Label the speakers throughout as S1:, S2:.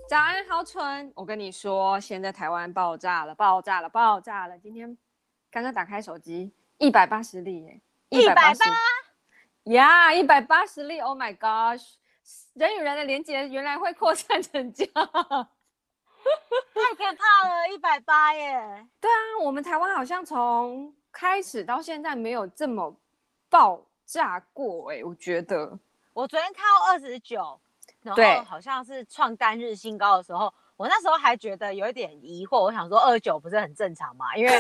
S1: 早安，豪纯！我跟你说，现在台湾爆炸了，爆炸了，爆炸了！今天刚刚打开手机，180例耶，
S2: 180
S1: 呀，180例 ！Oh my gosh！人与人的连接原来会扩散成这样。
S2: 太可怕了，180耶！
S1: 对啊，我们台湾好像从开始到现在没有这么爆炸过哎，我觉得。
S2: 我昨天看到29，然后好像是创单日新高的时候，我那时候还觉得有一点疑惑，我想说29不是很正常吗？因为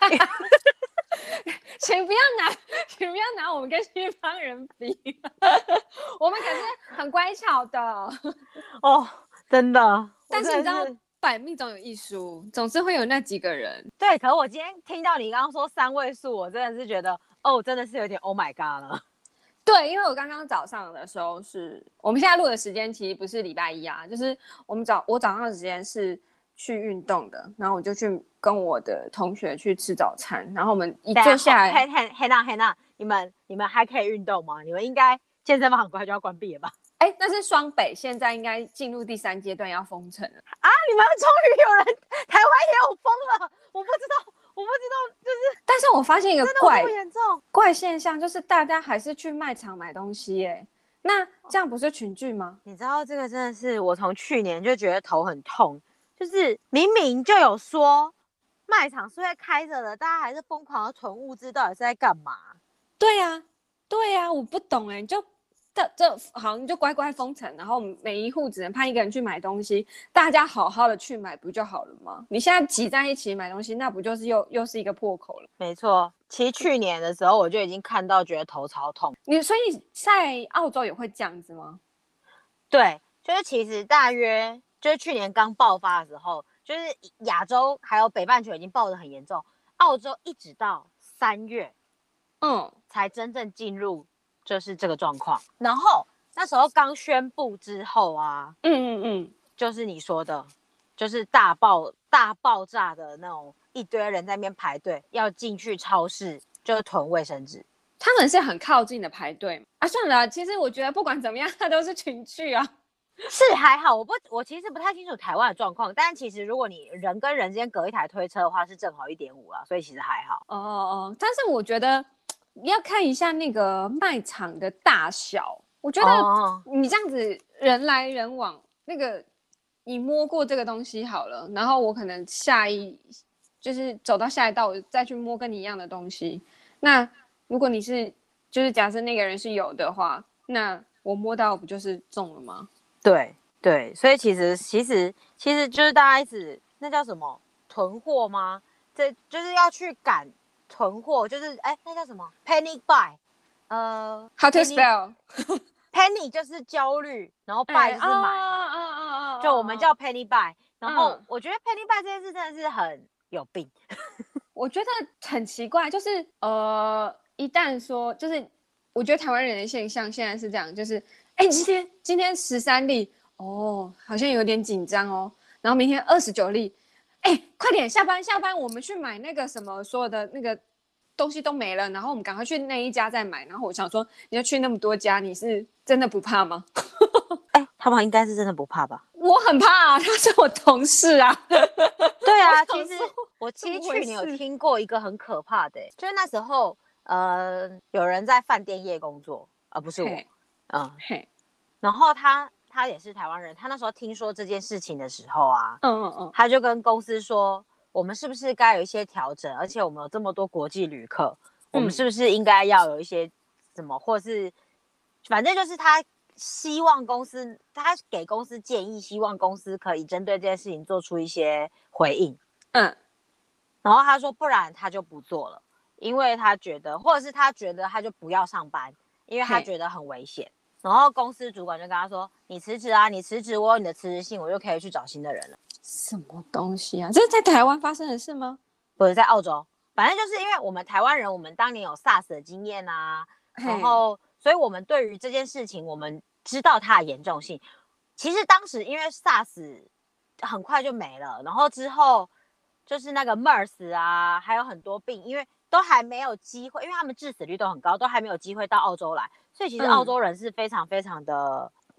S1: 请不要拿我们跟西方人比，我们可是很乖巧的
S2: 哦，真的。
S1: 但是你知道，百密总有一疏，总是会有那几个人。
S2: 对，可是我今天听到你刚刚说3位数，我真的是觉得，哦，真的是有点 Oh my God 了。
S1: 对，因为我刚刚早上的时候我们现在录的时间其实不是礼拜一啊，就是我早上的时间是去运动的，然后我就去跟我的同学去吃早餐，然后我们一坐下来，
S2: 黑娜，你们还可以运动吗？你们应该健身房很快就要关闭了吧？
S1: 哎，那是双北，现在应该进入第3阶段要封城了
S2: 啊！你们终于有人，台湾也有封了，我不知道，就是，
S1: 但是我发现一个怪现象，就是大家还是去卖场买东西耶，那这样不是群聚吗？
S2: 你知道这个真的是我从去年就觉得头很痛，就是明明就有说卖场是会开着的，大家还是疯狂的囤物资，到底是在干嘛？
S1: 对呀，我不懂哎，这好，你就乖乖封城，然后每一户只能派一个人去买东西，大家好好的去买不就好了吗？你现在挤在一起买东西，那不就是又是一个破口了？
S2: 没错，其实去年的时候我就已经看到，觉得头超痛。
S1: 所以在澳洲也会这样子吗？
S2: 对，就是其实大约就是去年刚爆发的时候，就是亚洲还有北半球已经爆得很严重，澳洲一直到3月，才真正进入就是这个状况。然后那时候刚宣布之后啊，就是你说的，就是大爆炸的那种，一堆人在那边排队要进去超市，就是囤卫生纸。
S1: 他们是很靠近的排队啊，算了，其实我觉得不管怎么样，它都是群聚啊。
S2: 是还好，我其实不太清楚台湾的状况，但其实如果你人跟人之间隔一台推车的话，是正好1.5啦，所以其实还好。
S1: 但是我觉得要看一下那个卖场的大小，我觉得你这样子人来人往，那个你摸过这个东西好了，然后我可能就是走到下一道，我再去摸跟你一样的东西。那如果你就是假设那个人是有的话，那我摸到不就是中了吗？
S2: 对，所以其实就是大家一直那叫什么囤货吗？这就是要去赶囤货，就是那叫什么 panic buy，how
S1: to spell
S2: panic 就是焦虑，然后 buy 就是买，就我们叫 panic buy。然后我觉得 panic buy 这件事真的是很有病，
S1: 我觉得很奇怪，就是一旦说就是我觉得台湾人的现象现在是这样，就是今天13例哦，好像有点紧张哦，然后明天29例，快点下班，我们去买那个什么，所有的那个东西都没了，然后我们赶快去那一家再买。然后我想说，你要去那么多家，你是真的不怕吗？
S2: 他们应该是真的不怕吧？
S1: 我很怕啊，他是我同事啊。
S2: 对啊，其实去年有听过一个很可怕的，就是那时候有人在饭店业工作，而不是我，然后他也是台湾人，他那时候听说这件事情的时候啊，他就跟公司说，我们是不是该有一些调整？而且我们有这么多国际旅客，我们是不是应该要有一些什么，或是反正就是他希望他给公司建议，希望公司可以针对这件事情做出一些回应。然后他说，不然他就不做了，因为他觉得，或者是他觉得他就不要上班，因为他觉得很危险。然后公司主管就跟他说：“你辞职啊，你辞职，我有你的辞职信，我就可以去找新的人了。”
S1: 什么东西啊？这是在台湾发生的事吗？
S2: 不是在澳洲，反正就是因为我们台湾人，我们当年有 SARS 的经验啊，然后所以我们对于这件事情，我们知道它的严重性。其实当时因为 SARS 很快就没了，然后之后就是那个 MERS 啊，还有很多病，因为都还没有机会，因为他们致死率都很高，都还没有机会到澳洲来，所以其实澳洲人是非常非常的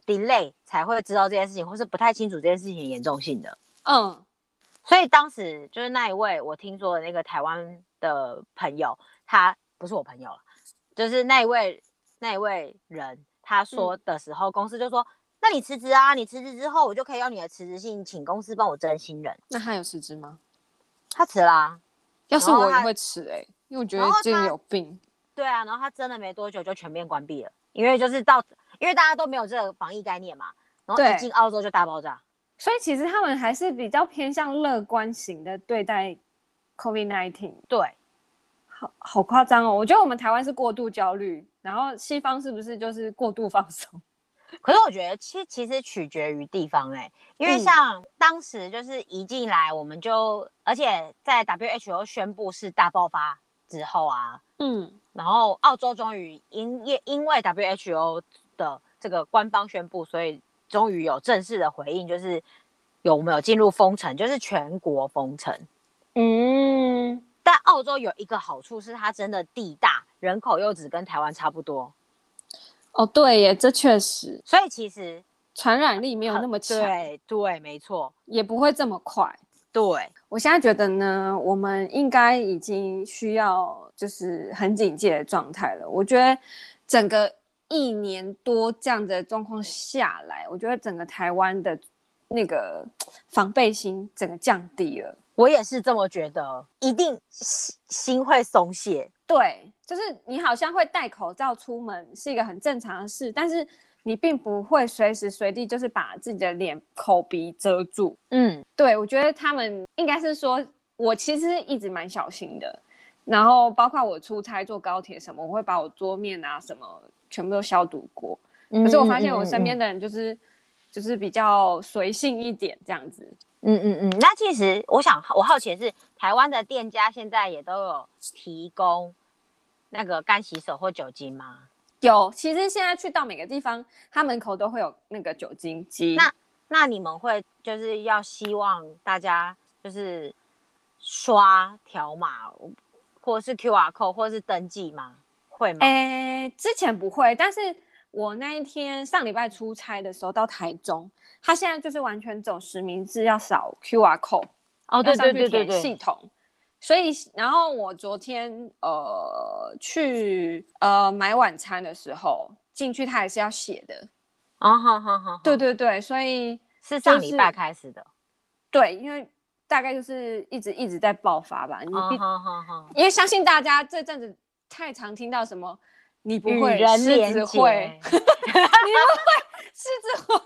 S2: delay 才会知道这件事情，或是不太清楚这件事情的严重性的。
S1: 所
S2: 以当时就是那一位我听说的那个台湾的朋友，他不是我朋友了，就是那一位人，他说的时候，公司就说：“那你辞职啊，你辞职之后，我就可以用你的辞职信请公司帮我征新人。”
S1: 那他有辞职吗？
S2: 他辞啦。
S1: 要是我也会辞因为我觉得这个有病。
S2: 对啊，然后他真的没多久就全面关闭了，因为大家都没有这个防疫概念嘛，然后一进澳洲就大爆炸。
S1: 所以其实他们还是比较偏向乐观型的对待 COVID-19。
S2: 对，
S1: 好夸张哦！我觉得我们台湾是过度焦虑，然后西方是不是就是过度放松？
S2: 可是我觉得其实取决于地方因为像当时就是一进来我们就，而且在 WHO 宣布是大爆发之后啊，然后澳洲终于因为 WHO 的这个官方宣布，所以终于有正式的回应，就是我们有进入封城，就是全国封城。但澳洲有一个好处是它真的地大，人口又只跟台湾差不多。
S1: 对耶，这确实。
S2: 所以其实
S1: 传染力没有那么强。
S2: 对，没错，
S1: 也不会这么快。
S2: 对，
S1: 我现在觉得呢，我们应该已经需要就是很警戒的状态了。我觉得整个1年多这样的状况下来，我觉得整个台湾的那个防备心整个降低了。
S2: 我也是这么觉得，一定心会松懈。
S1: 对，就是你好像会戴口罩出门是一个很正常的事，但是你并不会随时随地就是把自己的脸、口、鼻遮住。对，我觉得他们应该是说，我其实一直蛮小心的，然后包括我出差坐高铁什么，我会把我桌面啊什么全部都消毒过。可是我发现我身边的人就是比较随性一点这样子。
S2: 那其实我好奇的是，台湾的店家现在也都有提供那个干洗手或酒精吗？
S1: 有，其实现在去到每个地方，它门口都会有那个酒精机。
S2: 那你们会就是要希望大家就是刷条码，或者是 QR code， 或者是登记吗？会吗？
S1: 之前不会，但是我那一天上礼拜出差的时候到台中，他现在就是完全走实名制，要扫 QR code。对，系统。所以，然后我昨天去买晚餐的时候进去，他也是要写的。
S2: 好。
S1: 对，所以
S2: 是上礼拜开始的。
S1: 对，因为大概就是一直在爆发吧。因为相信大家这阵子太常听到什么你不会狮子会，你不会狮子会，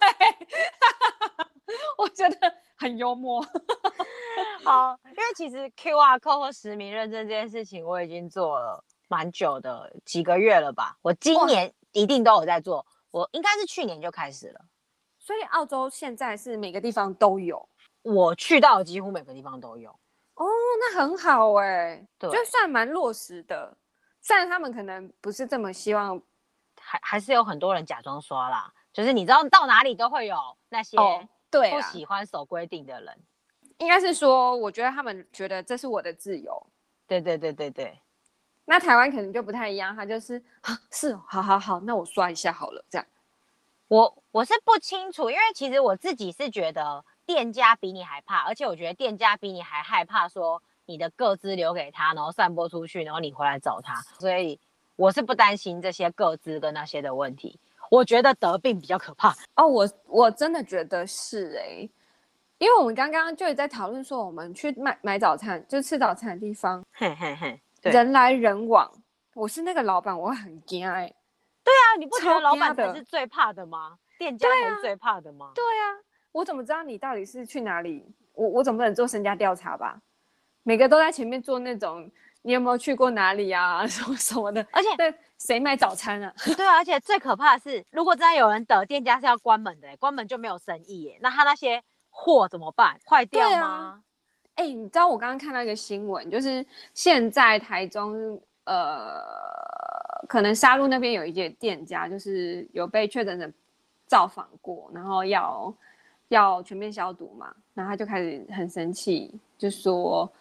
S1: 我觉得很幽默。
S2: 好，因为其实 QR code 或实名认证这件事情，我已经做了蛮久的，几个月了吧。我今年一定都有在做，我应该是去年就开始了。
S1: 所以澳洲现在是每个地方都有，
S2: 我去到几乎每个地方都有。
S1: 那很好
S2: 对，
S1: 就算蛮落实的。虽然他们可能不是这么希望，
S2: 还是有很多人假装刷啦，就是你知道到哪里都会有那些不喜欢守规定的人。
S1: 应该是说，我觉得他们觉得这是我的自由。
S2: 对。
S1: 那台湾可能就不太一样，他就是是好，那我刷一下好了，这样。
S2: 我是不清楚，因为其实我自己是觉得店家比你还怕，而且我觉得店家比你还害怕说你的个资留给他，然后散播出去，然后你回来找他，所以我是不担心这些个资跟那些的问题。我觉得得病比较可怕。
S1: 我真的觉得是因为我们刚刚就也在讨论说，我们去买早餐，就吃早餐的地方，人来人往，我是那个老板，我会很惊
S2: 对啊，你不觉得老板才是最怕的吗？店家才是最怕的吗？
S1: 对啊，我怎么知道你到底是去哪里？我总不能做身家调查吧？每个都在前面做那种，你有没有去过哪里啊，什么的？
S2: 而且
S1: 对，谁买早餐啊？
S2: 对啊，而且最可怕的是，如果真的有人得，店家是要关门的，关门就没有生意耶。那他那些货怎么办？坏掉吗？
S1: 你知道我刚刚看到一个新闻，就是现在台中可能沙鹿那边有一间店家，就是有被确诊者造访过，然后要全面消毒嘛，然后他就开始很生气，就说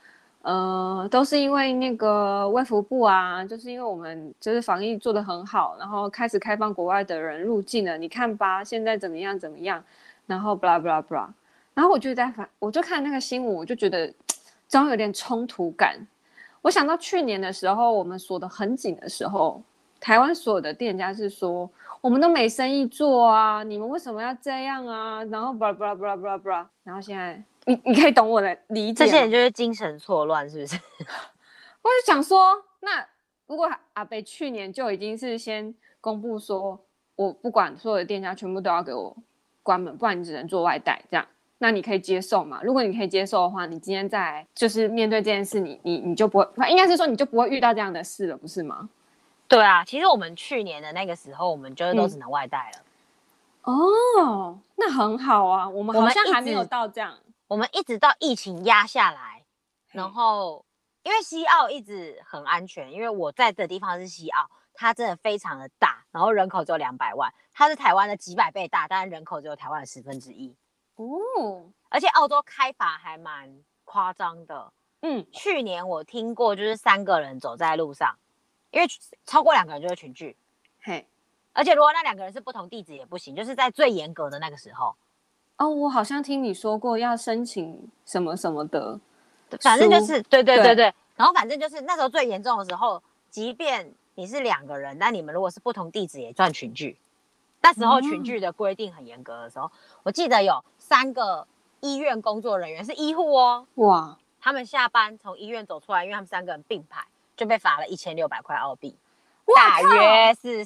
S1: 都是因为那个卫福部啊，就是因为我们就是防疫做得很好，然后开始开放国外的人入境了，你看吧，现在怎么样怎么样，然后 blah blah blah， 然后我就看那个新闻，我就觉得这样有点冲突感。我想到去年的时候，我们锁得很紧的时候，台湾所有的店家是说我们都没生意做啊，你们为什么要这样啊？然后 blah blah blah blah blah， 然后现在你可以懂我的理解吗？
S2: 这些人就是精神错乱，是不是？
S1: 我就想说，那如果阿北去年就已经是先公布说，我不管所有的店家全部都要给我关门，不然你只能做外带这样，那你可以接受吗？如果你可以接受的话，你今天再就是面对这件事，你就不会，应该是说你就不会遇到这样的事了，不是吗？
S2: 对啊，其实我们去年的那个时候，我们就是都只能外带了。
S1: 哦，那很好啊，我们好像还没有到这样。
S2: 我们一直到疫情压下来，然后因为西澳一直很安全，因为我在的地方是西澳，它真的非常的大，然后人口只有200万，它是台湾的几百倍大，但是人口只有台湾的1/10。哦，而且澳洲开罚还蛮夸张的。去年我听过，就是3个人走在路上，因为超过2个人就会群聚。嘿，而且如果那2个人是不同地址也不行，就是在最严格的那个时候。
S1: 哦，我好像听你说过要申请什么什么的，
S2: 反正就是对。然后反正就是那时候最严重的时候，即便你是2个人，但你们如果是不同地址也算群聚。那时候群聚的规定很严格的时候，我记得有3个医院工作人员是医护哦，哇，他们下班从医院走出来，因为他们3个人并排，就被罚了1600块澳币，大约是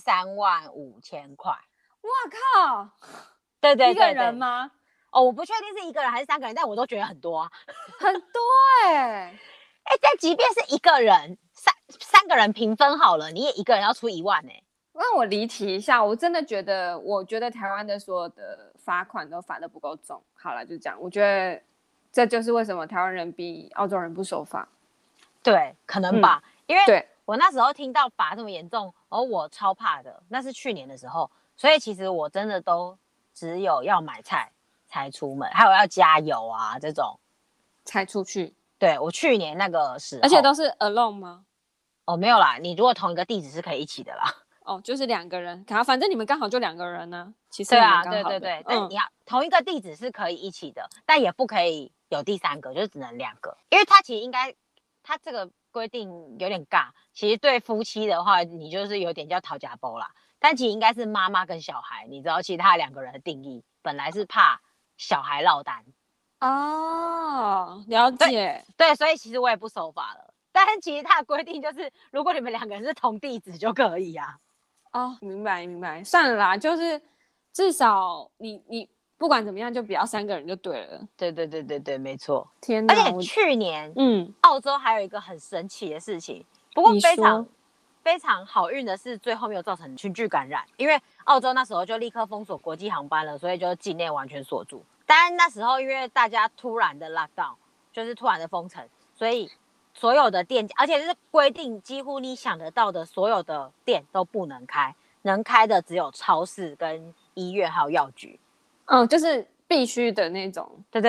S2: 35000块。
S1: 哇靠！
S2: 对，
S1: 一个人吗？
S2: 哦，我不确定是1个人还是3个人，但我都觉得很多啊，
S1: 很多
S2: 但即便是1个人，三个人平分好了，你也1个人要出1万
S1: 让我离题一下，我真的觉得，台湾的所有的罚款都罚得不够重。好了，就这样，我觉得这就是为什么台湾人比澳洲人不守法。
S2: 对，可能吧，因为我那时候听到罚这么严重，我超怕的，那是去年的时候，所以其实我真的都只有要买菜才出门，还有要加油啊这种
S1: 才出去。
S2: 对，我去年那个时候，
S1: 而且都是 alone 吗？
S2: 哦，没有啦，你如果同一个地址是可以一起的啦。
S1: 哦，就是2个人，反正你们刚好就2个人呢。其实
S2: 对啊，对，但你要同一个地址是可以一起的，但也不可以有第3个，就是只能2个，因为他其实应该，他这个规定有点尬。其实对夫妻的话，你就是有点叫讨价包啦，但其实应该是妈妈跟小孩，你知道其他2个人的定义本来是怕小孩落单。
S1: 哦，了解。
S2: 对，所以其实我也不守法了，但是其实他的规定就是，如果你们2个人是同地址就可以啊。
S1: 哦，明白，算了啦，就是至少你不管怎么样，就不要3个人就对了。
S2: 对，没错。
S1: 天哪！
S2: 而且去年，澳洲还有一个很神奇的事情，不过非常好运的是，最后没有造成群聚感染，因为澳洲那时候就立刻封锁国际航班了，所以就境内完全锁住。但那时候因为大家突然的 lockdown， 就是突然的封城，所以所有的店，而且是规定几乎你想得到的所有的店都不能开，能开的只有超市跟医院还有药局。
S1: 就是必须的那种。
S2: 对。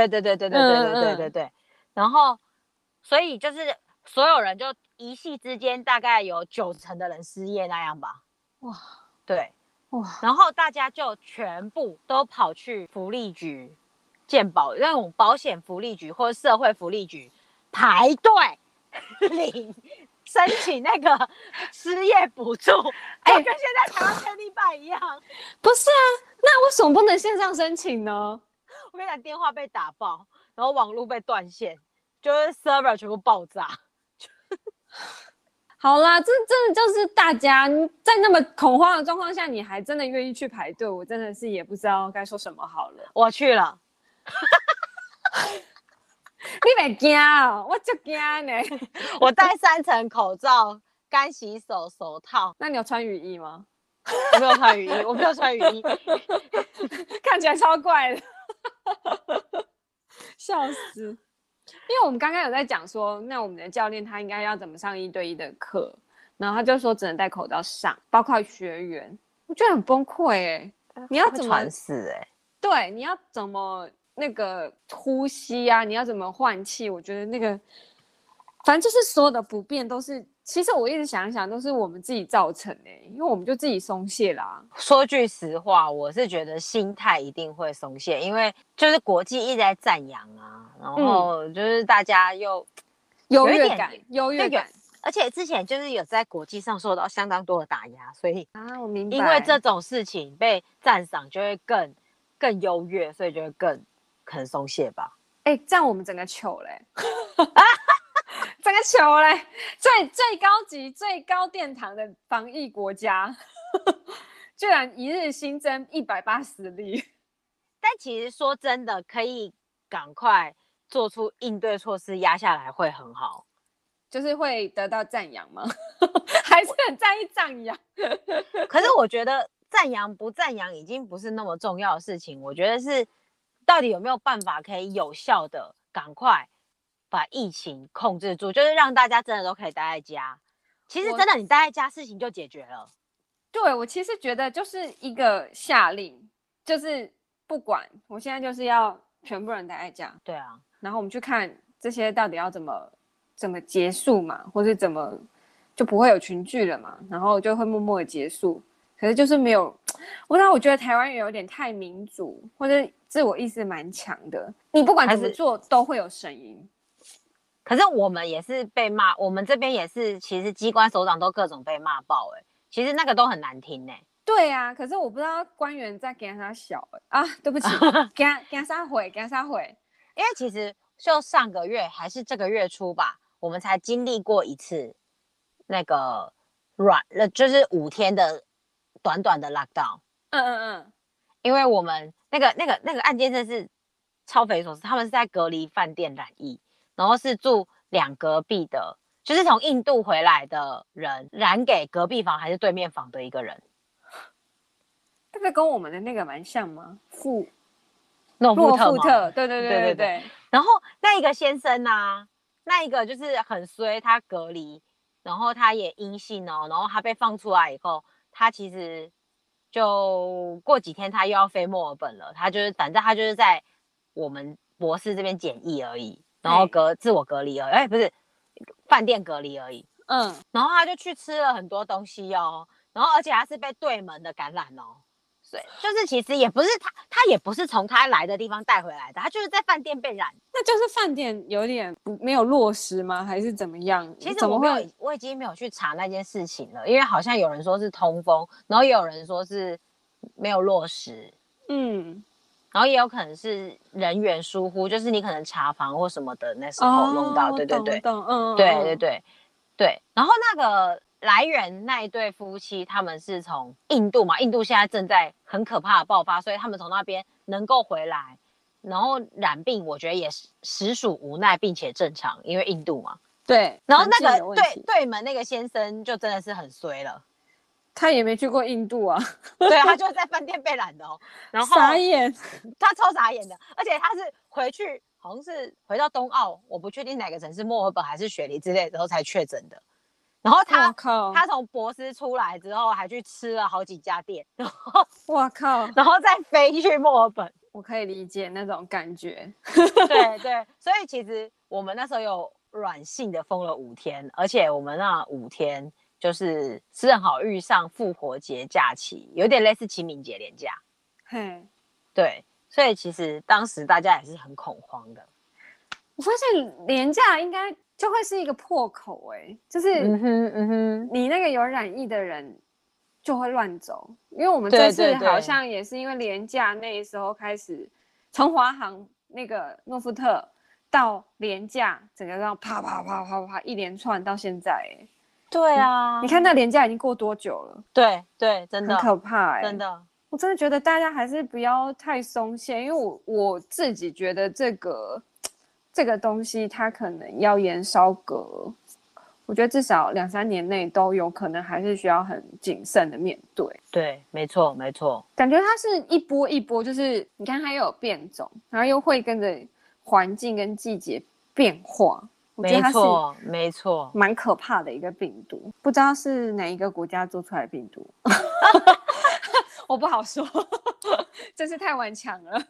S2: 然后所以就是所有人就一夕之间大概有90%的人失业那样吧。哇，对，哇，然后大家就全部都跑去福利局、健保那种保险福利局或者社会福利局排队领申请那个失业补助，就跟现在台湾1000力办一样。
S1: 不是啊，那为什么不能线上申请呢？
S2: 我跟你讲，电话被打爆，然后网络被断线，就是 server 全部爆炸。
S1: 好啦，这真的就是大家在那么恐慌的状况下，你还真的愿意去排队，我真的是也不知道该说什么好了。
S2: 我去了。
S1: 你别怕，我就怕呢。
S2: 我戴3层口罩、干洗手、手套。
S1: 那你有穿雨衣吗？
S2: 我没有穿雨衣，我没有穿雨衣，
S1: 看起来超怪的，笑死。因为我们刚刚有在讲说，那我们的教练他应该要怎么上1对1的课，然后他就说只能戴口罩上，包括学员，我觉得很崩溃你要怎么
S2: 传死
S1: 对，你要怎么那个呼吸啊？你要怎么换气？我觉得那个反正就是所有的不便都是，其实我一直想一想，都是我们自己造成的，因为我们就自己松懈啦。
S2: 说句实话，我是觉得心态一定会松懈，因为就是国际一直在赞扬啊，然后就是大家又
S1: 优越感，
S2: 而且之前就是有在国际上受到相当多的打压，所以
S1: 我明白，
S2: 因为这种事情被赞赏，就会更优越，所以就会更可能松懈吧。
S1: 这样我们整个糗嘞，整个糗嘞，最高级、最高殿堂的防疫国家，居然一日新增180例。
S2: 但其实说真的，可以赶快做出应对措施，压下来会很好。
S1: 就是会得到赞扬吗？还是很在意赞扬？
S2: 可是我觉得赞扬不赞扬已经不是那么重要的事情，我觉得是到底有没有办法可以有效的赶快把疫情控制住，就是让大家真的都可以待在家。其实真的你待在家，事情就解决了。
S1: 对，我其实觉得就是一个下令，就是不管，我现在就是要全部人待在家。
S2: 对啊，
S1: 然后我们去看这些到底要怎么结束嘛，或是怎么就不会有群聚了嘛，然后就会默默的结束。可是就是没有，我觉得台湾人有点太民主，或者自我意识蛮强的，你不管怎么做都会有声音。
S2: 可是我们也是被骂，我们这边也是，其实机关首长都各种被骂爆其实那个都很难听
S1: 对啊，可是我不知道官员在给他小对不起，给他撒回，
S2: 因为其实就上个月还是这个月初吧，我们才经历过一次那个就是5天的短短的 lockdown。因为我们那个案件真是超匪夷所思，他们是在隔离饭店染疫，然后是住2隔壁的，就是从印度回来的人染给隔壁房还是对面房的一个人。
S1: 这个跟我们的那个蛮像吗？
S2: 诺富特，
S1: 对。
S2: 然后那一个先生啊，那一个就是很衰，他隔离，然后他也阴性然后他被放出来以后，他其实就过几天他又要飞墨尔本了，他就是反正他就是在我们博士这边检疫而已，然后自我隔离而已，不是饭店隔离而已。然后他就去吃了很多东西然后而且他是被对门的感染对，就是其实也不是他也不是从他来的地方带回来的，他就是在饭店被染。
S1: 那就是饭店有点没有落实吗？还是怎么样？
S2: 其实我已经没有去查那件事情了，因为好像有人说是通风，然后也有人说是没有落实。然后也有可能是人员疏忽，就是你可能查房或什么的那时候弄到，对。然后那个来源那一对夫妻，他们是从印度嘛，印度现在正在很可怕的爆发，所以他们从那边能够回来，然后染病，我觉得也实属无奈，并且正常，因为印度嘛。
S1: 对。
S2: 然后那个对门那个先生就真的是很衰了。
S1: 他也没去过印度啊，
S2: 对，他就在饭店被染的然后
S1: 傻眼，
S2: 他超傻眼的，而且他是回去好像是回到东澳，我不确定哪个城市，墨尔本还是雪梨之类的时候才确诊的。然后他从博斯出来之后，还去吃了好几家店，然后
S1: 哇靠，
S2: 然后再飞去墨尔本。
S1: 我可以理解那种感觉。
S2: 对，所以其实我们那时候有软性的封了5天，而且我们那5天就是正好遇上复活节假期，有点类似清明节连假。对，所以其实当时大家也是很恐慌的。
S1: 我发现连假应该就会是一个破口就是你那个有染疫的人就会乱走，因为我们这次好像也是因为连假那时候开始，从华航那个诺富特到连假，整个让啪一连串到现在
S2: 对啊，
S1: 你看那连假已经过多久了？
S2: 对，真的
S1: 很可怕
S2: 真的。
S1: 我真的觉得大家还是不要太松懈，因为我自己觉得这个东西它可能要延烧个，我觉得至少2-3年内都有可能还是需要很谨慎的面对。
S2: 对，没错。
S1: 感觉它是一波一波，就是你看它又有变种，然后又会跟着环境跟季节变化。我觉得它是
S2: 没错，
S1: 蛮可怕的一个病毒，不知道是哪一个国家做出来的病毒，我不好说，真是太顽强了。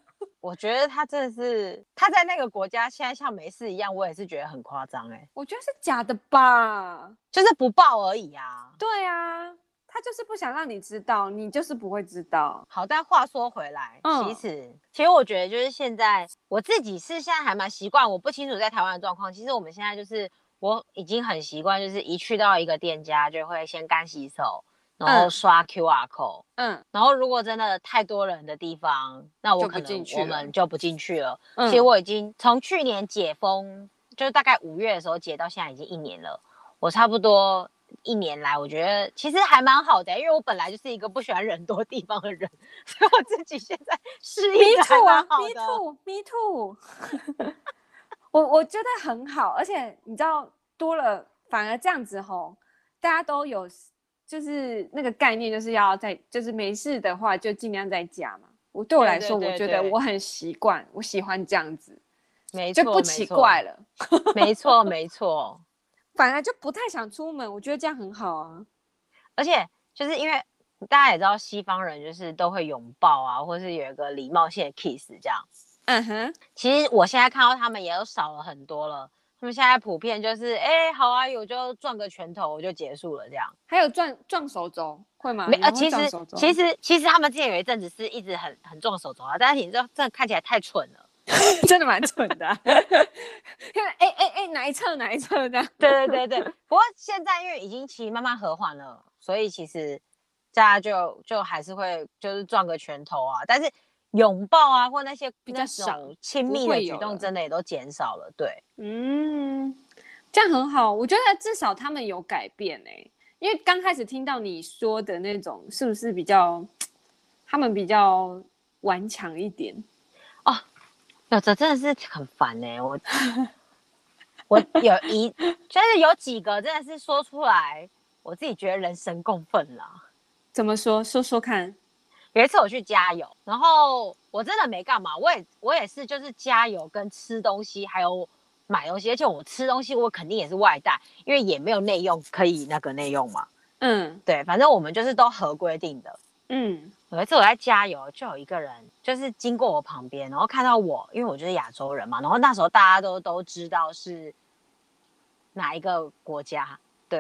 S2: 我觉得他真的是他在那个国家现在像没事一样，我也是觉得很夸张
S1: 我觉得是假的吧，
S2: 就是不报而已啊。
S1: 对啊，他就是不想让你知道，你就是不会知道。
S2: 好，但话说回来，其实我觉得就是现在我自己是现在还蛮习惯，我不清楚在台湾的状况。其实我们现在就是我已经很习惯，就是一去到一个店家就会先干洗手，然后刷 QR code，然后如果真的太多人的地方，那我可能我们就不进去了。其实我已经从去年解封，就是大概5月的时候解到现在已经1年了，我差不多1年来，我觉得其实还蛮好的，因为我本来就是一个不喜欢人多地方的人，所以我自己现在适应的还蛮好的。
S1: Me too， 我觉得很好，而且你知道多了，反而这样子吼，大家都有就是那个概念，就是要在就是没事的话就尽量在家嘛。对我来说，我觉得我很习惯，我喜欢这样子，
S2: 没错，
S1: 就不奇怪了。
S2: 没错，没错。
S1: 反而就不太想出门，我觉得这样很好啊。
S2: 而且就是因为大家也知道，西方人就是都会拥抱啊，或是有一个礼貌性的 kiss 这样。其实我现在看到他们也都少了很多了。他们现在普遍就是好啊，我就撞个拳头我就结束了这样。
S1: 还有撞手肘会吗？
S2: 其实他们之前有一阵子是一直很撞手肘啊，但是你这真的看起来太蠢了。
S1: 真的蛮蠢的、啊，哪一侧这样？
S2: 对。不过现在因为已经其实慢慢和缓了，所以其实大家就还是会就是撞个拳头啊，但是拥抱啊或那些
S1: 比较少
S2: 亲密的举动真的也都减少了。对，
S1: 这样很好，我觉得至少他们有改变因为刚开始听到你说的那种，是不是比较他们比较顽强一点？
S2: 哦，有的真的是很烦我就是有几个真的是说出来，我自己觉得人神共愤啦。
S1: 怎么说？说说看。
S2: 有一次我去加油，然后我真的没干嘛，我也是就是加油跟吃东西，还有买东西，而且我吃东西我肯定也是外带，因为也没有内用可以那个内用嘛。对，反正我们就是都合规定的。有一次我在加油，就有一个人就是经过我旁边，然后看到我，因为我就是亚洲人嘛，然后那时候大家都知道是哪一个国家，对，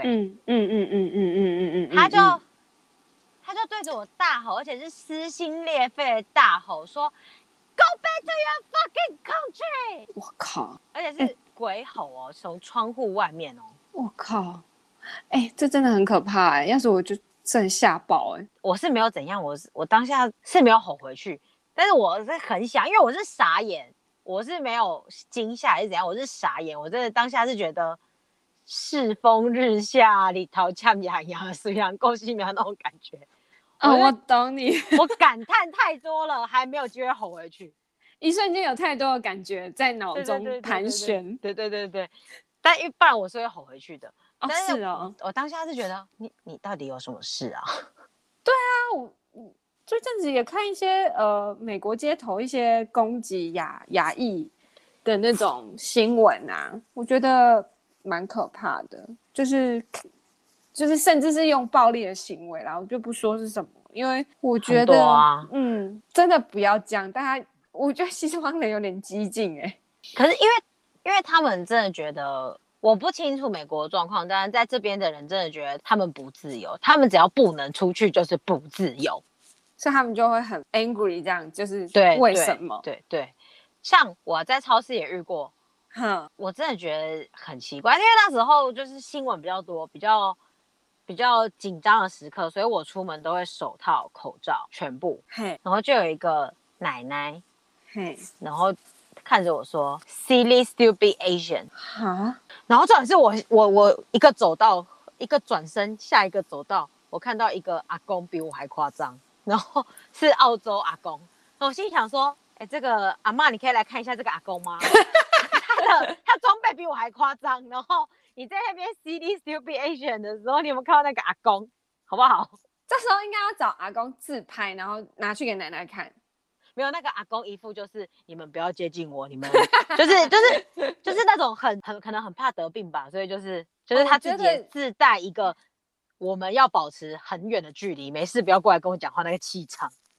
S2: 他就对着我大吼，而且是撕心裂肺的大吼，说 "Go back to your fucking country"！
S1: 我靠！
S2: 而且是鬼吼哦，从窗户外面哦。
S1: 我靠！这真的很可怕要是我就真的吓爆
S2: 我是没有怎样，我当下是没有吼回去，但是我是很想，因为我是傻眼，我是没有惊吓还是怎样，我是傻眼，我真的当下是觉得世风日下，里头呛洋洋，虽然够细苗那种感觉。
S1: 我懂你，
S2: 我感叹太多了，还没有机会吼回去，
S1: 一瞬间有太多的感觉在脑中盘旋。
S2: 对，但不然我是会吼回去的。但是我当下是觉得你到底有什么事啊？
S1: 对啊，我这阵子也看一些美国街头一些攻击亚裔的那种新闻啊，我觉得蛮可怕的，就是甚至是用暴力的行为啦，我就不说是什么，因为我觉得真的不要这样，大家我觉得西方人有点激进
S2: 可是因为他们真的觉得。我不清楚美国的状况，但是在这边的人真的觉得他们不自由，他们只要不能出去就是不自由，
S1: 所以他们就会很 angry， 这样就是为什么？
S2: 对，像我在超市也遇过，我真的觉得很奇怪，因为那时候就是新闻比较多，比较紧张的时刻，所以我出门都会手套、口罩全部，然后就有一个奶奶，然后看着我说 "Silly stupid Asian"， 然后重点是我一个走道，一个转身，下一个走道，我看到一个阿公比我还夸张，然后是澳洲阿公，然后我心想说，这个阿嬷你可以来看一下这个阿公吗？他装备比我还夸张，然后你在那边 "Silly stupid Asian" 的时候，你有没有看到那个阿公？好不好？
S1: 这时候应该要找阿公自拍，然后拿去给奶奶看。
S2: 没有，那个阿公一副就是你们不要接近我，你们就是那种很可能很怕得病吧，所以就是他自己也自带一个我们要保持很远的距离，没事不要过来跟我讲话那个气场。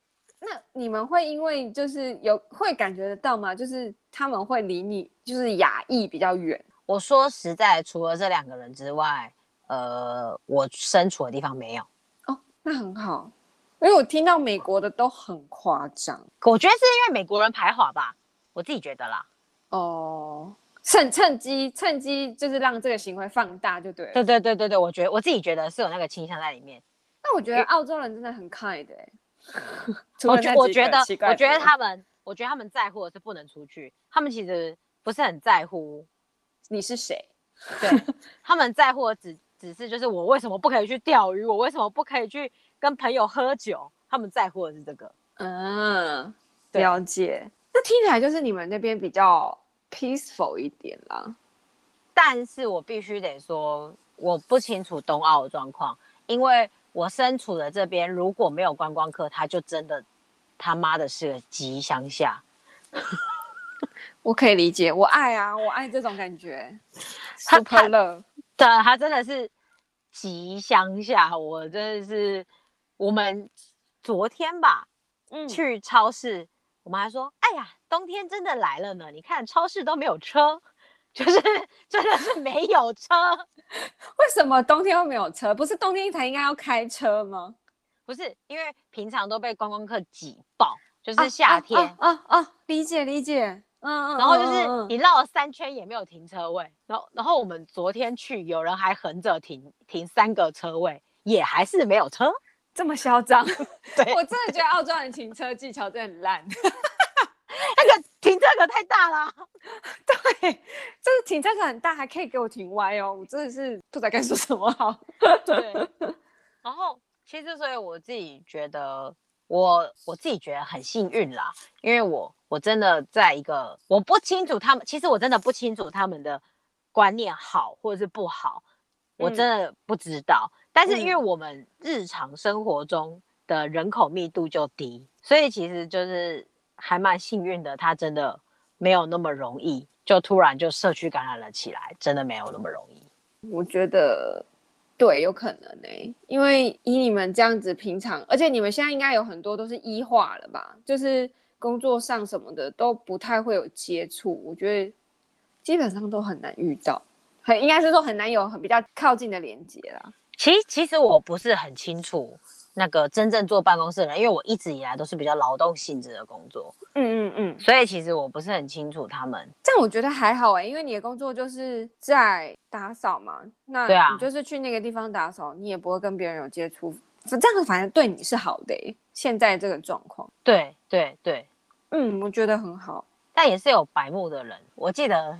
S1: 那你们会因为就是会感觉得到吗？就是他们会离你就是亚裔比较远？
S2: 我说实在，除了这2个人之外，我身处的地方没有。
S1: 哦，那很好，因为我听到美国的都很夸张。
S2: 我觉得是因为美国人排华吧，我自己觉得啦。
S1: 哦，趁机就是让这个行为放大就对了。
S2: 对，我自己觉得是有那个倾向在里面。
S1: 但我觉得澳洲人真的很 kind 欸。
S2: 我觉得他们在乎的是不能出去，他们其实不是很在乎
S1: 你是谁。
S2: 对，他们在乎的只是就是我为什么不可以去钓鱼，我为什么不可以去跟朋友喝酒，他们在乎的是这个。
S1: 了解。那听起来就是你们那边比较 peaceful 一点啦。
S2: 但是我必须得说，我不清楚东澳的状况，因为我身处的这边如果没有观光客，它就真的他妈的是个极乡下。
S1: 我可以理解，我爱这种感觉 ，super love。
S2: 对，它真的是极乡下。我真的是，我们昨天吧，去超市，我们还说，哎呀，冬天真的来了呢，你看超市都没有车。就是真的是没有车。
S1: 为什么冬天会没有车？不是冬天才应该要开车吗？
S2: 不是，因为平常都被观光客挤爆，就是夏天。
S1: 理解。
S2: 然后就是你绕了3圈也没有停车位，然后我们昨天去，有人还横着停3个车位，也还是没有车，
S1: 这么嚣张。
S2: 对，
S1: 我真的觉得澳洲人停车技巧真的很烂。
S2: 那个停车格太大了。
S1: 对，这个停车格很大，还可以给我停歪哦，我真的是不知道该说什么好。
S2: 对，然后其实所以我自己觉得，我自己觉得很幸运啦，因为我真的在一个我不清楚他们，其实我真的不清楚他们的观念好或者是不好，我真的不知道。但是因为我们日常生活中的人口密度就低，所以其实就是还蛮幸运的，他真的没有那么容易就突然就社区感染了起来，真的没有那么容易。
S1: 我觉得对，有可能因为以你们这样子平常，而且你们现在应该有很多都是医化了吧，就是工作上什么的都不太会有接触，我觉得基本上都很难遇到，应该是说很难有比较靠近的连接啦。
S2: 其实我不是很清楚那个真正坐办公室的人，因为我一直以来都是比较劳动性质的工作，所以其实我不是很清楚他们。
S1: 这样我觉得还好因为你的工作就是在打扫嘛，那你就是去那个地方打扫，你也不会跟别人有接触，这样反正对你是好的现在这个状况。
S2: 对，
S1: 我觉得很好。
S2: 但也是有白目的人，我记得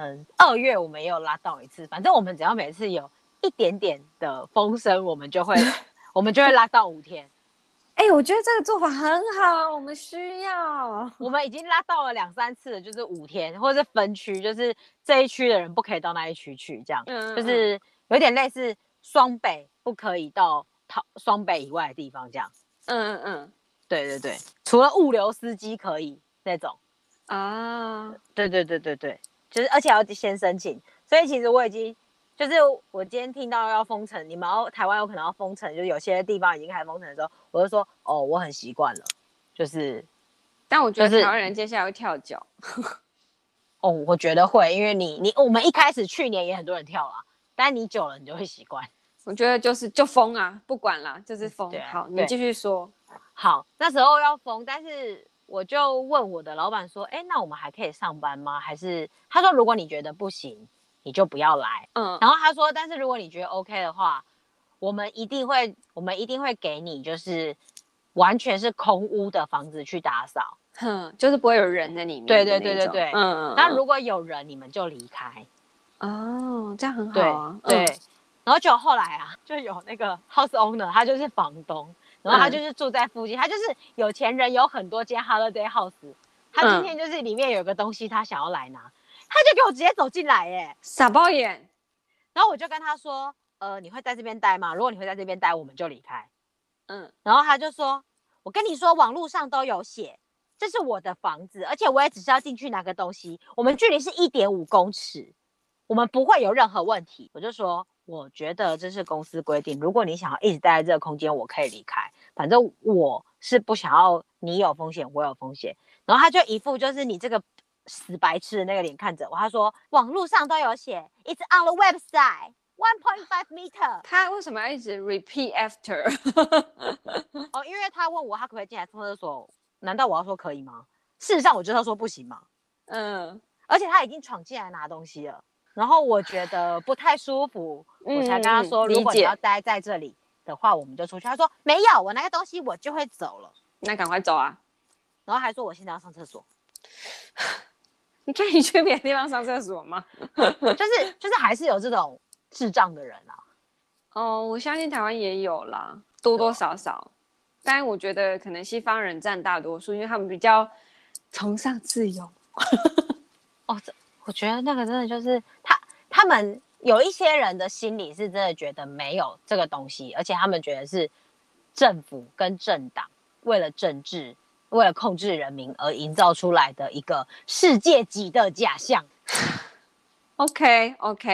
S2: 2月我们也有拉到一次，反正我们只要每次有一点点的风声，我们就会拉到5天。
S1: 我觉得这个做法很好，我们需要。
S2: 我们已经拉到了2-3次了，就是5天，或者是分区，就是这一区的人不可以到那一区去，这样，就是有点类似双北不可以到双北以外的地方这样。对，除了物流司机可以那种啊。对，就是而且要先申请，所以其实我已经。就是我今天听到要封城，你们台湾有可能要封城，就是有些地方已经开始封城的时候，我就说我很习惯了，就是。
S1: 但我觉得台湾人接下来会跳脚。
S2: 我觉得会，因为我们一开始去年也很多人跳啦，但你久了你就会习惯。
S1: 我觉得就封啊，不管啦，就是封。好，你继续说。
S2: 好，那时候要封，但是我就问我的老板说，那我们还可以上班吗？还是他说如果你觉得不行。你就不要来，然后他说，但是如果你觉得 OK 的话，我们一定会给你，就是完全是空屋的房子去打扫，
S1: 就是不会有人在里面。
S2: 对，那如果有人，你们就离开。
S1: 这样很好啊。
S2: 对，然后就后来就有那个 house owner， 他就是房东，然后他就是住在附近，他就是有钱人，有很多间 holiday house， 他今天就是里面有个东西，他想要来拿。他就给我直接走进来
S1: 傻包眼。
S2: 然后我就跟他说，你会在这边待吗？如果你会在这边待，我们就离开。然后他就说，我跟你说，网络上都有写，这是我的房子，而且我也只是要进去拿个东西，我们距离是1.5公尺，我们不会有任何问题。我就说，我觉得这是公司规定，如果你想要一直待在这个空间，我可以离开，反正我是不想要你有风险，我有风险。然后他就一副就是你这个死白痴的那个脸看着我，他说网络上都有写 ，It's on the website 1.5 meter。
S1: 他为什么要一直 repeat after？
S2: 哦，因为他问我他可不可以进来上厕所，难道我要说可以吗？事实上我就是要说不行嘛。而且他已经闯进来拿东西了，然后我觉得不太舒服，我才跟他说，如果你要待在这里的话，我们就出去。他说没有，我拿个东西我就会走了。
S1: 那赶快走啊！
S2: 然后还说我现在要上厕所。
S1: 你可以去别的地方上厕所吗？
S2: 就是还是有这种智障的人啊。
S1: 哦，我相信台湾也有啦，多多少少。但我觉得可能西方人占大多数，因为他们比较崇尚自由。
S2: 哦，我觉得那个真的就是他们有一些人的心理是真的觉得没有这个东西，而且他们觉得是政府跟政党为了政治、为了控制人民而营造出来的一个世界级的假象。
S1: OK，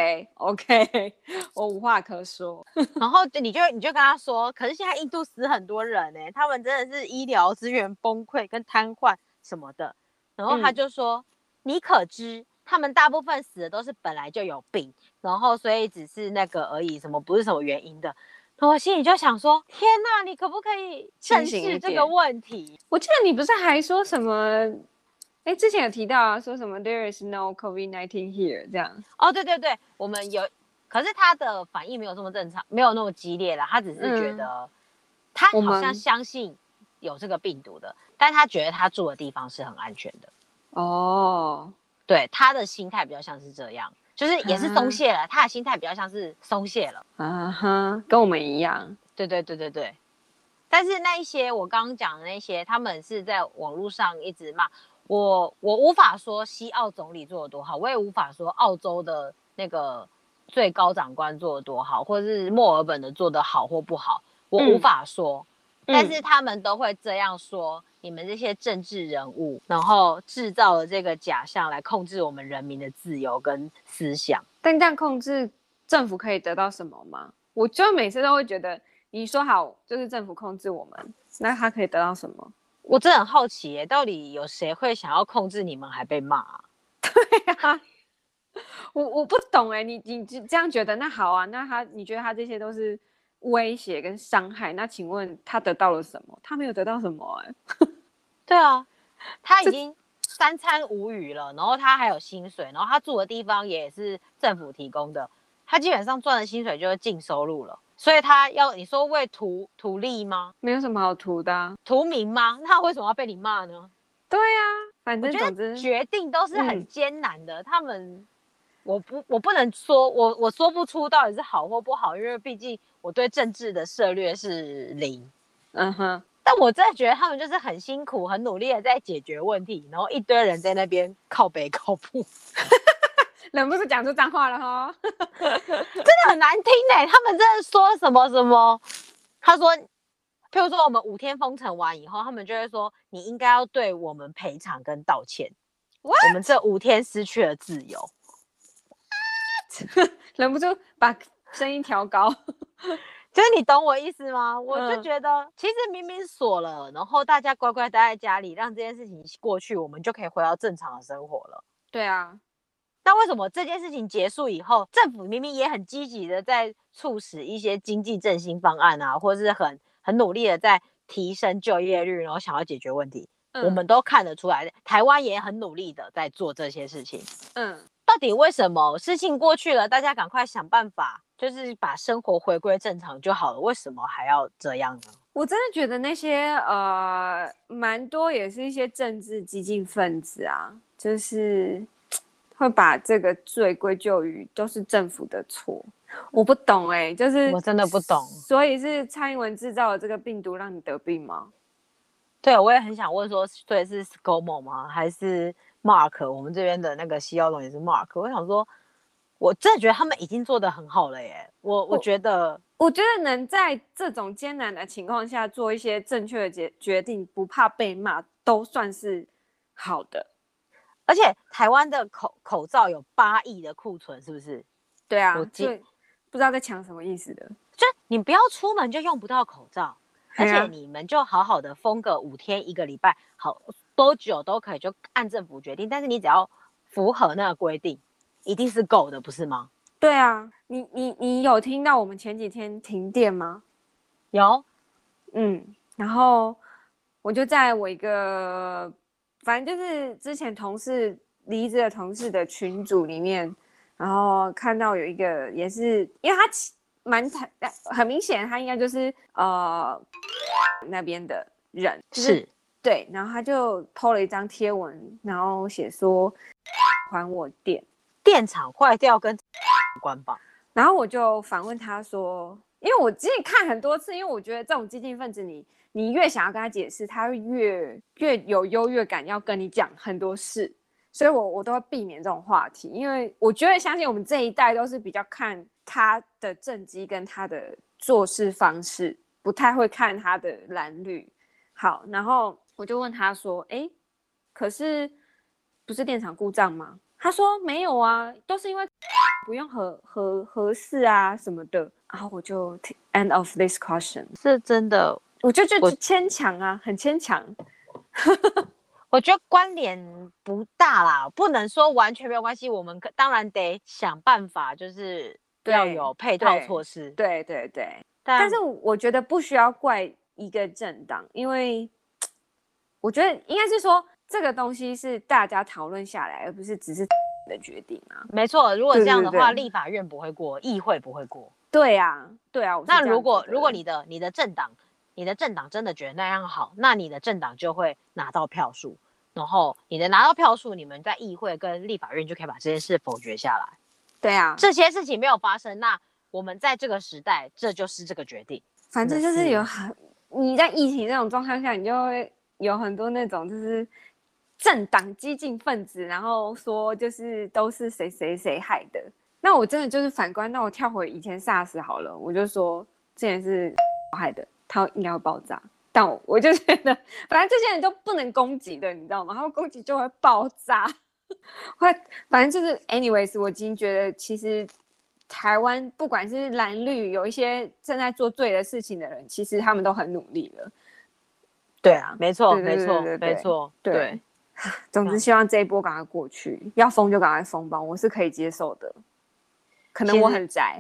S1: 我无话可说。
S2: 然后你就跟他说，可是现在印度死很多人欸，他们真的是医疗资源崩溃跟瘫痪什么的。然后他就说，你可知他们大部分死的都是本来就有病，然后所以只是那个而已，什么不是什么原因的。我心里就想说，天哪，你可不可以正视这个问题？
S1: 我记得你不是还说什么？之前有提到啊，说什么 There is no COVID-19 here 这样。
S2: 哦，对对对，我们有，可是他的反应没有这么正常，没有那么激烈啦。他只是觉得，他好像相信有这个病毒的，但他觉得他住的地方是很安全的。
S1: 哦，
S2: 对，他的心态比较像是这样，就是也是松懈了。他的心态比较像是松懈了。
S1: 跟我们一样。
S2: 对对对对对。但是那一些我刚刚讲的那些，他们是在网络上一直骂。我无法说西澳总理做得多好，我也无法说澳洲的那个最高长官做得多好，或者是墨尔本的做得好或不好，我无法说。但是他们都会这样说，你们这些政治人物，然后制造了这个假象来控制我们人民的自由跟思想。
S1: 但这样控制政府可以得到什么吗？我就每次都会觉得，你说好就是政府控制我们，那他可以得到什么？
S2: 我真的很好奇耶，到底有谁会想要控制你们还被骂啊？
S1: 对啊，我不懂哎，你这样觉得那好啊，那你觉得他这些都是威胁跟伤害，那请问他得到了什么？他没有得到什么哎。
S2: 对啊，他已经三餐无虞了，然后他还有薪水，然后他住的地方也是政府提供的，他基本上赚的薪水就是净收入了。所以他要你说为图利吗？
S1: 没有什么好图的啊。
S2: 图名吗？那为什么要被你骂呢？
S1: 对啊，反正总之
S2: 决定都是很艰难的。他们，我不能说，我说不出到底是好或不好，因为毕竟我对政治的涉略是零。但我真的觉得他们就是很辛苦、很努力的在解决问题，然后一堆人在那边靠北靠步。
S1: 忍不住讲出脏话了哈。
S2: 真的很难听欸，他们真的说什么什么，他说，譬如说我们5天封城完以后，他们就会说你应该要对我们赔偿跟道歉。What? 我们这5天失去了自由。
S1: 忍不住把声音调高。
S2: 就是你懂我意思吗？我就觉得其实明明锁了，然后大家乖乖待在家里，让这件事情过去，我们就可以回到正常的生活了。
S1: 对啊。
S2: 那为什么这件事情结束以后，政府明明也很积极的在促使一些经济振兴方案啊，或是很努力的在提升就业率，然后想要解决问题，我们都看得出来，台湾也很努力的在做这些事情。到底为什么事情过去了，大家赶快想办法，就是把生活回归正常就好了？为什么还要这样呢？
S1: 我真的觉得那些蛮多也是一些政治激进分子啊，就是会把这个罪归咎于都是政府的错。我不懂欸，就是
S2: 我真的不懂。
S1: 所以是蔡英文制造了这个病毒让你得病吗？
S2: 对，我也很想问说，所以是 ScoMo 吗？还是 Mark？ 我们这边的那个西澳总也是 Mark。我想说，我真的觉得他们已经做得很好了耶。我觉得
S1: 能在这种艰难的情况下做一些正确的决定，不怕被骂，都算是好的。
S2: 而且台湾的口罩有8亿的库存，是不是？
S1: 对啊，所以不知道在抢什么意思的。
S2: 就你不要出门就用不到口罩， 而且你们就好好的封个5天1个礼拜，好多久都可以，就按政府决定，但是你只要符合那个规定，一定是够的，不是吗？
S1: 对啊，你有听到我们前几天停电吗？
S2: 有，
S1: 然后我就在我一个，反正就是之前同事离职的同事的群组里面，然后看到有一个也是，因为他很明显，他应该就是那边的人，
S2: 是
S1: 对，然后他就 po 了一张贴文，然后写说还我
S2: 电厂坏掉跟有关吧。
S1: 然后我就反问他说，因为我之前看很多次，因为我觉得这种激进分子你越想要跟他解释，他会越有优越感，要跟你讲很多事，所以我都会避免这种话题，因为我觉得相信我们这一代都是比较看他的政绩跟他的做事方式，不太会看他的蓝绿。好，然后我就问他说，可是不是电厂故障吗？他说没有啊，都是因为不用核试啊什么的。然后我就 end of this question，
S2: 是真的，
S1: 我就牵强啊，很牵强。
S2: 我觉得关联不大啦，不能说完全没有关系。我们当然得想办法，就是要有配套措施。
S1: 对，但是我觉得不需要怪一个政党，因为我觉得应该是说这个东西是大家讨论下来，而不是只是的决定啊。
S2: 没错，如果这样的话，立法院不会过，议会不会过。
S1: 对啊。
S2: 那如果你的政党真的觉得那样好，那你的政党就会拿到票数，然后你的拿到票数，你们在议会跟立法院就可以把这件事否决下来。
S1: 对啊，
S2: 这些事情没有发生，那我们在这个时代，这就是这个决定。
S1: 反正就是你在疫情这种状况下，你就会有很多那种就是政党激进分子，然后说就是都是谁害的。那我真的就是反观，那我跳回以前 SARS 好了，我就说这也是害的，它应该会爆炸。但我就觉得，反正这些人都不能攻击的，你知道吗？他们攻击就会爆炸。反正就是 anyways， 我已经觉得其实台湾不管是蓝绿，有一些正在做对的事情的人，其实他们都很努力了。
S2: 对啊，没错。对。
S1: 总之，希望这一波赶快过去，要封就赶快封吧，我是可以接受的。可能我很宅。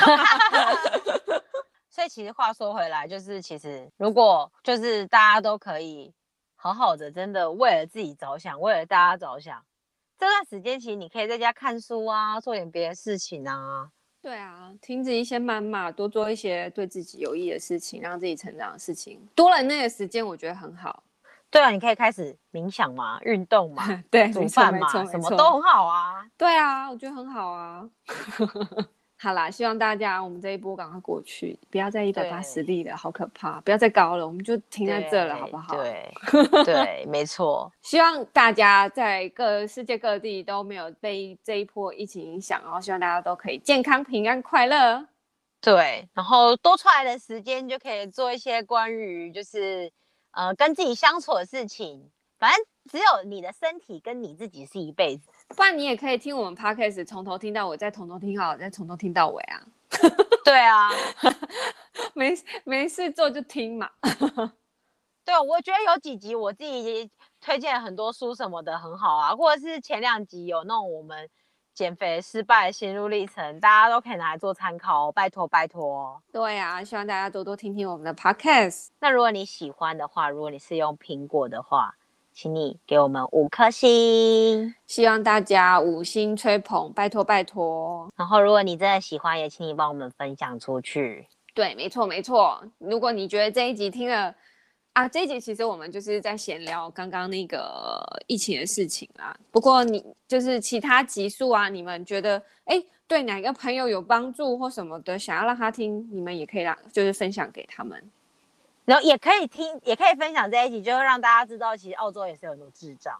S2: 所以其实话说回来，就是其实如果就是大家都可以好好的，真的为了自己着想，为了大家着想，这段时间其实你可以在家看书啊，做点别的事情啊。
S1: 对啊，停止一些谩骂，多做一些对自己有益的事情，让自己成长的事情，多了那个时间，我觉得很好。
S2: 对啊，你可以开始冥想嘛，运动嘛，
S1: 对，
S2: 煮饭嘛，什么都很好啊。
S1: 对啊，我觉得很好啊。好啦，希望大家我们这一波赶快过去，不要再180例了，好可怕！不要再高了，我们就停在这了，好不好？
S2: 对，没错。
S1: 希望大家在世界各地都没有被这一波疫情影响，然后希望大家都可以健康、平安、快乐。
S2: 对，然后多出来的时间就可以做一些关于就是跟自己相处的事情。反正只有你的身体跟你自己是一辈子。
S1: 不然你也可以听我们 podcast 从头听到尾，再从头听好，再从头听到尾啊。
S2: 对啊。
S1: 没事做就听嘛。
S2: 对，我觉得有几集我自己推荐了很多书什么的很好啊，或者是前2集有那种我们减肥失败的心路历程，大家都可以拿来做参考哦，拜托。
S1: 对啊，希望大家多多听听我们的 podcast。
S2: 那如果你喜欢的话，如果你是用苹果的话，请你给我们5颗星，
S1: 希望大家5星吹捧，拜托。
S2: 然后如果你真的喜欢，也请你帮我们分享出去。
S1: 对，没错。如果你觉得这一集听了这一集其实我们就是在闲聊刚刚那个疫情的事情啦。不过你就是其他集数啊，你们觉得对哪个朋友有帮助或什么的，想要让他听，你们也可以就是分享给他们。
S2: 然后也可以分享这一集，就会让大家知道，其实澳洲也是有很多智障。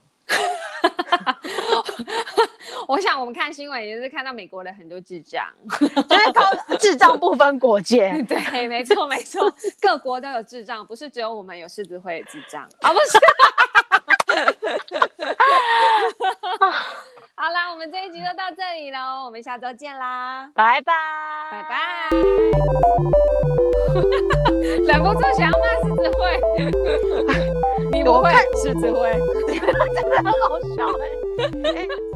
S1: 我想我们看新闻也是看到美国的很多智障，
S2: 就是靠智障不分国界。
S1: 对，没错，各国都有智障，不是只有我们有狮子会的智障不是。好啦，我们这一集就到这里咯，我们下周见啦，
S2: 拜拜。
S1: 忍不住想要骂狮子会，你不会，狮子会，
S2: 真的很好笑哎。